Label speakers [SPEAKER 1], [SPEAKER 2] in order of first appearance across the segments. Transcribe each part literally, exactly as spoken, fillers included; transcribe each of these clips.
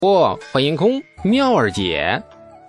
[SPEAKER 1] 不，欢迎空妙儿姐。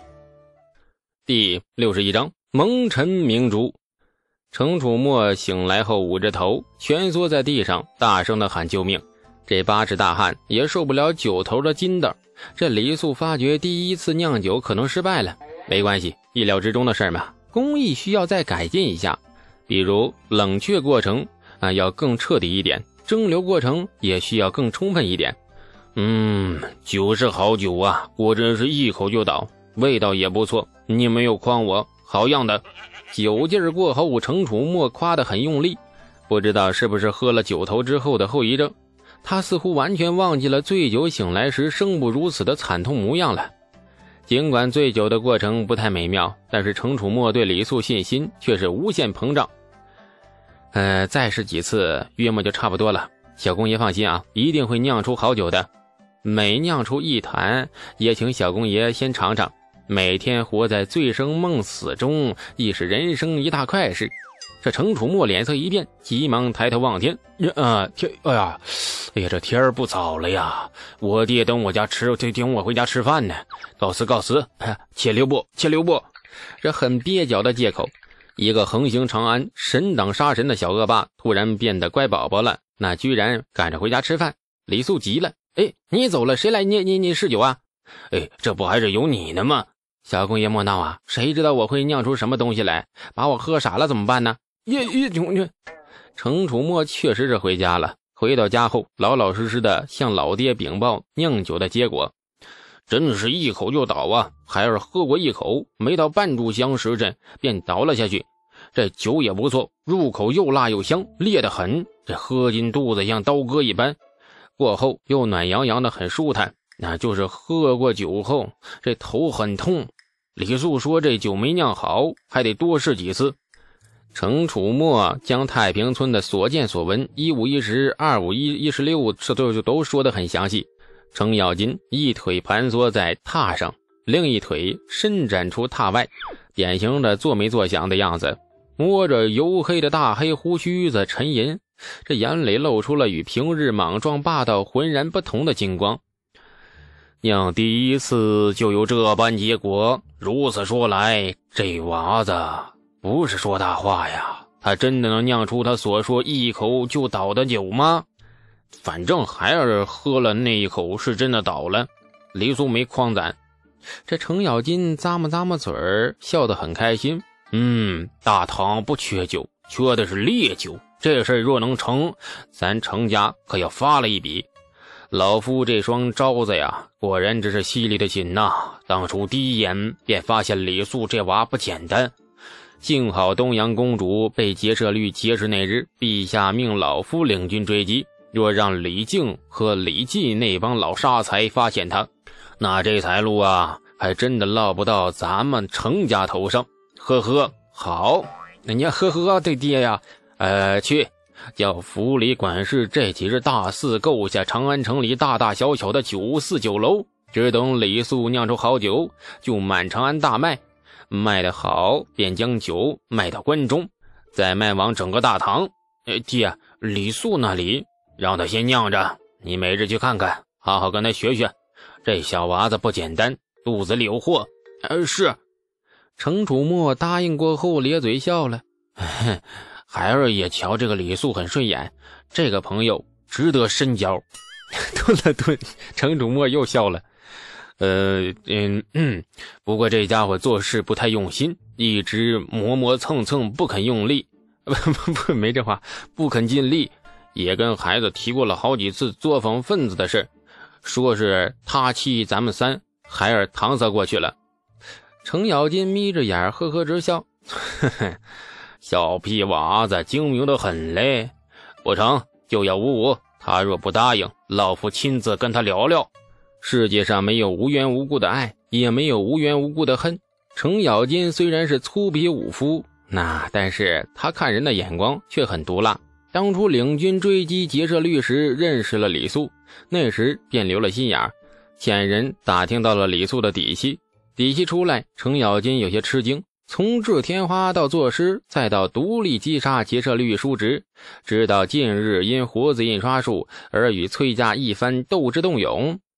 [SPEAKER 1] 第六十一章蒙尘明珠。程楚墨醒来后捂着头蜷缩在地上，大声地喊救命。这八尺大汉也受不了酒头的筋道。这李素发觉第一次酿酒可能失败了，没关系，意料之中的事嘛。工艺需要再改进一下，比如冷却过程啊要更彻底一点，蒸馏过程也需要更充分一点。嗯，酒是好酒啊，果真是一口就倒，味道也不错，你没有诓我，好样的。酒劲儿过后，程楚墨夸得很用力，不知道是不是喝了酒头之后的后遗症，他似乎完全忘记了醉酒醒来时生不如死的惨痛模样了。尽管醉酒的过程不太美妙，但是程楚墨对李素信心却是无限膨胀。呃，再试几次约莫就差不多了，小公爷放心啊，一定会酿出好酒的。每酿出一坛，也请小公爷先尝尝。每天活在醉生梦死中，亦是人生一大快事。这程楚墨脸色一变，急忙抬头望天。啊，天，哎呀，哎呀，这天儿不早了呀！我爹等我家吃，等我回家吃饭呢。告辞告辞，哎，且留步，且留步。这很蹩脚的借口。一个横行长安、神挡杀神的小恶霸，突然变得乖宝宝了，那居然赶着回家吃饭。李素急了，哎，你走了，谁来捏捏捏试酒啊？哎，这不还是有你呢吗？小公爷莫闹啊，谁知道我会酿出什么东西来，把我喝傻了怎么办呢？耶耶耶！程楚墨确实是回家了，回到家后老老实实的向老爹禀报酿酒的结果。真是一口就倒啊，孩儿喝过一口，没到半炷香时辰便倒了下去。这酒也不错，入口又辣又香，烈得很，这喝进肚子像刀割一般，过后又暖洋洋的很舒坦。那就是喝过酒后这头很痛。李素说这酒没酿好，还得多试几次。程楚墨将太平村的所见所闻一五一十二五一一十六这都都说得很详细。程咬金一腿盘缩在榻上，另一腿伸展出榻外，典型的坐没坐响的样子，摸着黝黑的大黑胡须子沉吟，这眼里露出了与平日莽撞霸道浑然不同的金光。酿第一次就有这般结果，如此说来，这娃子不是说大话呀，他真的能酿出他所说一口就倒的酒吗？反正孩儿喝了那一口是真的倒了。黎苏没诓咱。这程咬金咂摸咂摸嘴儿，笑得很开心。嗯，大唐不缺酒，缺的是烈酒，这事若能成，咱程家可要发了一笔。老夫这双招子呀，果然真是犀利的紧呐！当初第一眼便发现李素这娃不简单。幸好东阳公主被劫舍率劫持那日，陛下命老夫领军追击。若让李靖和李绩那帮老杀财发现他，那这财路啊，还真的落不到咱们程家头上。呵呵，好，那你呵呵对爹呀，呃，去。叫府里管事这几日大肆购下长安城里大大小小的酒肆酒楼，只等李素酿出好酒，就满长安大卖，卖得好便将酒卖到关中，再卖往整个大唐。呃，爹，李素那里让他先酿着，你每日去看看，好好跟他学学，这小娃子不简单，肚子里有货。呃，是。程楚墨答应过后咧嘴笑了，孩儿也瞧这个李素很顺眼，这个朋友值得深交。顿了顿，程楚墨又笑了。呃嗯嗯，不过这家伙做事不太用心，一直磨磨蹭蹭，不肯用力，不不不，没这话，不肯尽力。也跟孩子提过了好几次作坊份子的事，说是他欺咱们三，孩儿搪塞过去了。程咬金眯着眼呵呵直笑，呵呵。小屁娃子精明得很嘞，不成就要五五，他若不答应，老夫亲自跟他聊聊。世界上没有无缘无故的爱，也没有无缘无故的恨。程咬金虽然是粗鄙武夫，那但是他看人的眼光却很毒辣。当初领军追击劫舍律时认识了李素，那时便留了心眼儿，遣人打听到了李素的底细。底细出来，程咬金有些吃惊。从治天花到作诗，再到独立击杀劫舍律叔侄，直到近日因活字印刷术而与崔家一番斗智斗勇，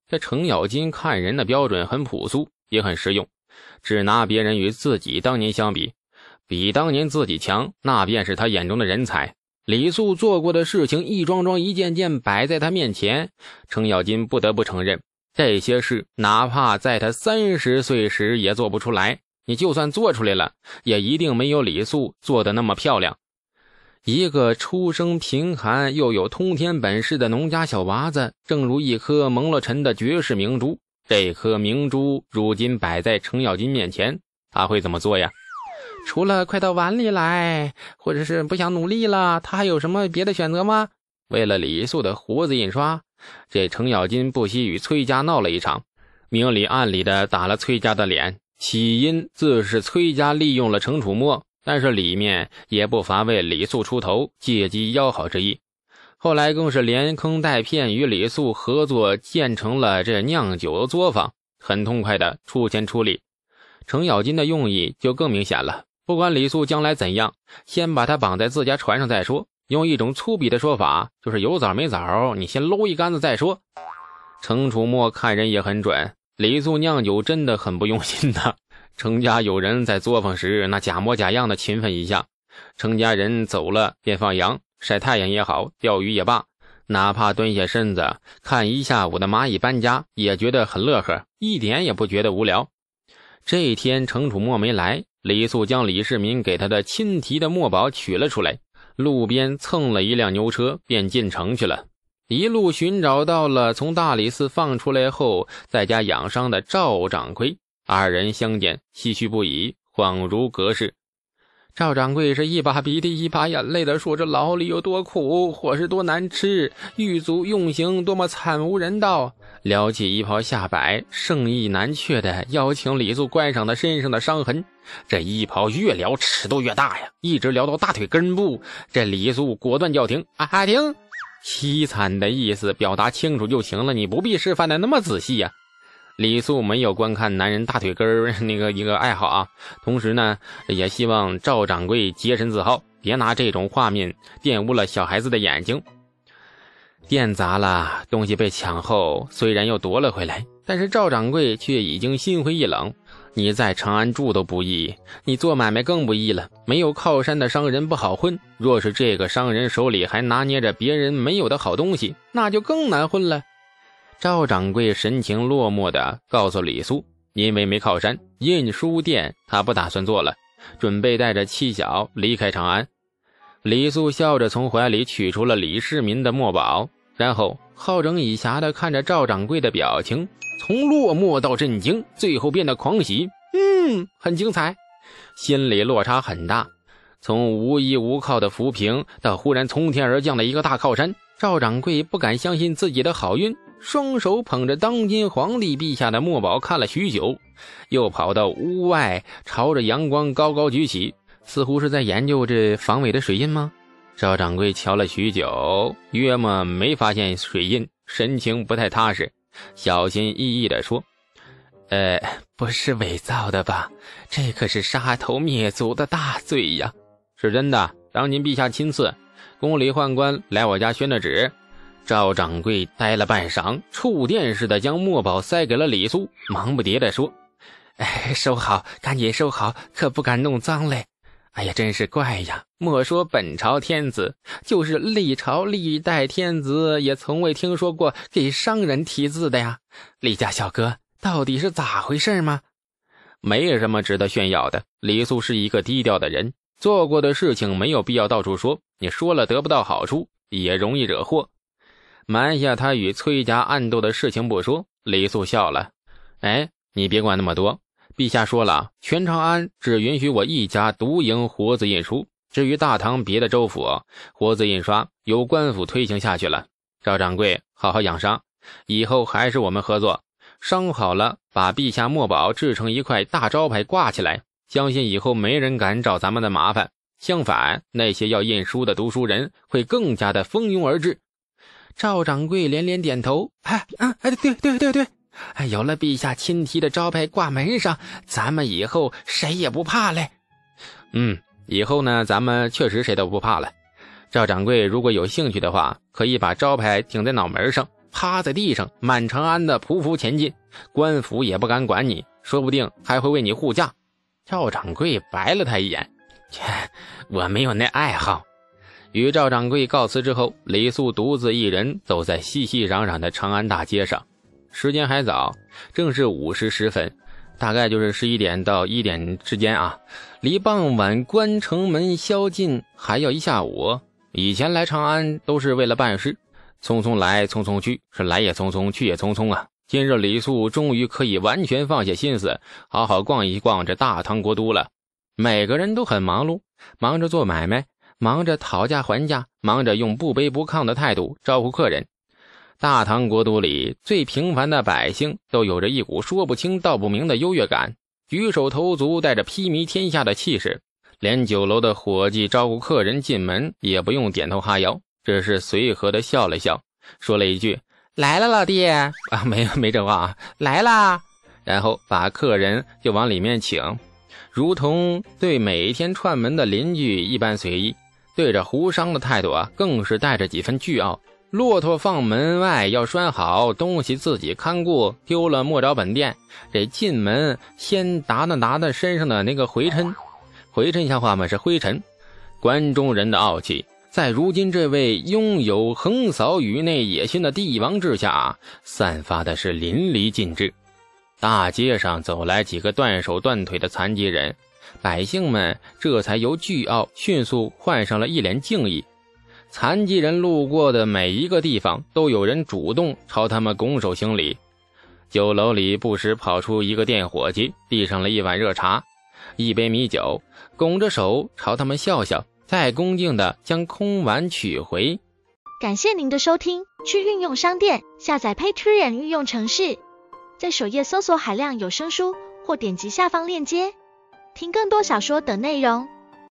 [SPEAKER 1] 这程咬金看人的标准很朴素，也很实用，只拿别人与自己当年相比，比当年自己强，那便是他眼中的人才。李素做过的事情一桩桩一件件摆在他面前，程咬金不得不承认，这些事哪怕在他三十岁时也做不出来，你就算做出来了，也一定没有李素做得那么漂亮。一个出生贫寒又有通天本事的农家小娃子，正如一颗蒙了尘的绝世明珠，这颗明珠如今摆在程咬金面前，他会怎么做呀？除了快到碗里来，或者是不想努力了，他还有什么别的选择吗？为了李素的胡子印刷，这程咬金不惜与崔家闹了一场，明里暗里的打了崔家的脸。起因自是崔家利用了程楚墨，但是里面也不乏为李素出头，借机要好之意。后来更是连坑带骗与李素合作，建成了这酿酒作坊，很痛快的出钱出力。程咬金的用意就更明显了，不管李素将来怎样，先把他绑在自家船上再说。用一种粗鄙的说法，就是有枣没枣，你先搂一竿子再说。程楚墨看人也很准，李素酿酒真的很不用心的。程家有人在作坊时，那假模假样的勤奋一下，程家人走了便放羊，晒太阳也好，钓鱼也罢，哪怕蹲下身子看一下午的蚂蚁搬家，也觉得很乐呵，一点也不觉得无聊。这一天程楚墨没来，李素将李世民给他的亲题的墨宝取了出来，路边蹭了一辆牛车便进城去了。一路寻找到了从大理寺放出来后在家养伤的赵掌柜，二人相见唏嘘不已，恍如隔世。赵掌柜是一把鼻涕一把眼泪的说着牢里有多苦，伙食多难吃，狱卒用刑多么惨无人道，撩起衣袍下摆，盛意难却的邀请李素观赏他身上的伤痕。这衣袍越撩尺度越大呀，一直撩到大腿根部，这李素果断叫停。啊停！凄惨的意思表达清楚就行了，你不必示范的那么仔细呀。李素没有观看男人大腿根儿那个一个爱好啊，同时呢，也希望赵掌柜洁身自好，别拿这种画面玷污了小孩子的眼睛。店砸了，东西被抢后，虽然又夺了回来，但是赵掌柜却已经心灰意冷。你在长安住都不易，你做买卖更不易了。没有靠山的商人不好混，若是这个商人手里还拿捏着别人没有的好东西，那就更难混了。赵掌柜神情落寞地告诉李素，因为没靠山，印书店他不打算做了，准备带着妻小离开长安。李素笑着从怀里取出了李世民的墨宝，然后好整以暇地看着赵掌柜的表情，从落寞到震惊，最后变得狂喜。嗯，很精彩。心理落差很大，从无依无靠的浮萍到忽然从天而降的一个大靠山，赵掌柜不敢相信自己的好运，双手捧着当今皇帝陛下的墨宝看了许久，又跑到屋外朝着阳光高高举起，似乎是在研究这防伪的水印吗？赵掌柜瞧了许久，约莫没发现水印，神情不太踏实，小心翼翼地说，呃，不是伪造的吧？这可是杀头灭族的大罪呀！是真的，当今陛下亲赐，宫里宦官来我家宣的旨。赵掌柜呆了半晌，触电似的将墨宝塞给了李素，忙不迭地说，哎，收好，赶紧收好，可不敢弄脏嘞。哎呀，真是怪呀，莫说本朝天子，就是历朝历代天子也从未听说过给商人题字的呀。李家小哥到底是咋回事吗？没什么值得炫耀的，李素是一个低调的人，做过的事情没有必要到处说，你说了得不到好处，也容易惹祸。瞒下他与崔家暗斗的事情不说，李素笑了，哎，你别管那么多，陛下说了，全长安只允许我一家独营活字印书，至于大唐别的州府，活字印刷由官府推行下去了。赵掌柜好好养伤，以后还是我们合作，商好了把陛下墨宝制成一块大招牌挂起来，相信以后没人敢找咱们的麻烦，相反那些要印书的读书人会更加的蜂拥而至。赵掌柜连连点头，哎啊哎，对对对对，哎，有了陛下亲题的招牌挂门上，咱们以后谁也不怕嘞。嗯，以后呢，咱们确实谁都不怕了。赵掌柜如果有兴趣的话，可以把招牌顶在脑门上， 趴在地上，满长安的匍匐前进，官府也不敢管你，说不定还会为你护驾。赵掌柜白了他一眼，切，我没有那爱好。与赵掌柜告辞之后，李素独自一人走在熙熙攘攘的长安大街上。时间还早，正是午时时分，大概就是十一点到一点之间啊，离傍晚关城门宵禁还要一下午。以前来长安都是为了办事，匆匆来匆匆去，是来也匆匆去也匆匆啊。今日李素终于可以完全放下心思，好好逛一逛这大唐国都了。每个人都很忙碌，忙着做买卖，忙着讨价还价，忙着用不卑不亢的态度招呼客人。大唐国都里最平凡的百姓都有着一股说不清道不明的优越感，举手投足带着披靡天下的气势，连酒楼的伙计招呼客人进门也不用点头哈腰，只是随和的笑了笑，说了一句来了老弟啊，没没这话啊，来啦，然后把客人就往里面请，如同对每一天串门的邻居一般随意。对着胡商的态度啊，更是带着几分倨傲。骆驼放门外要拴好，东西自己看顾，丢了莫找本店。这进门先打那打那身上的那个回尘，回尘像话吗？是灰尘。关中人的傲气，在如今这位拥有横扫宇内野心的帝王之下，散发的是淋漓尽致。大街上走来几个断手断腿的残疾人，百姓们这才由倨傲迅速换上了一脸敬意。残疾人路过的每一个地方，都有人主动朝他们拱手行礼。酒楼里不时跑出一个店伙计，递上了一碗热茶，一杯米酒，拱着手朝他们笑笑，再恭敬地将空碗取回。
[SPEAKER 2] 感谢您的收听，去运用商店下载 Patreon 运用程式，在首页搜索海量有声书，或点击下方链接听更多小说等内容。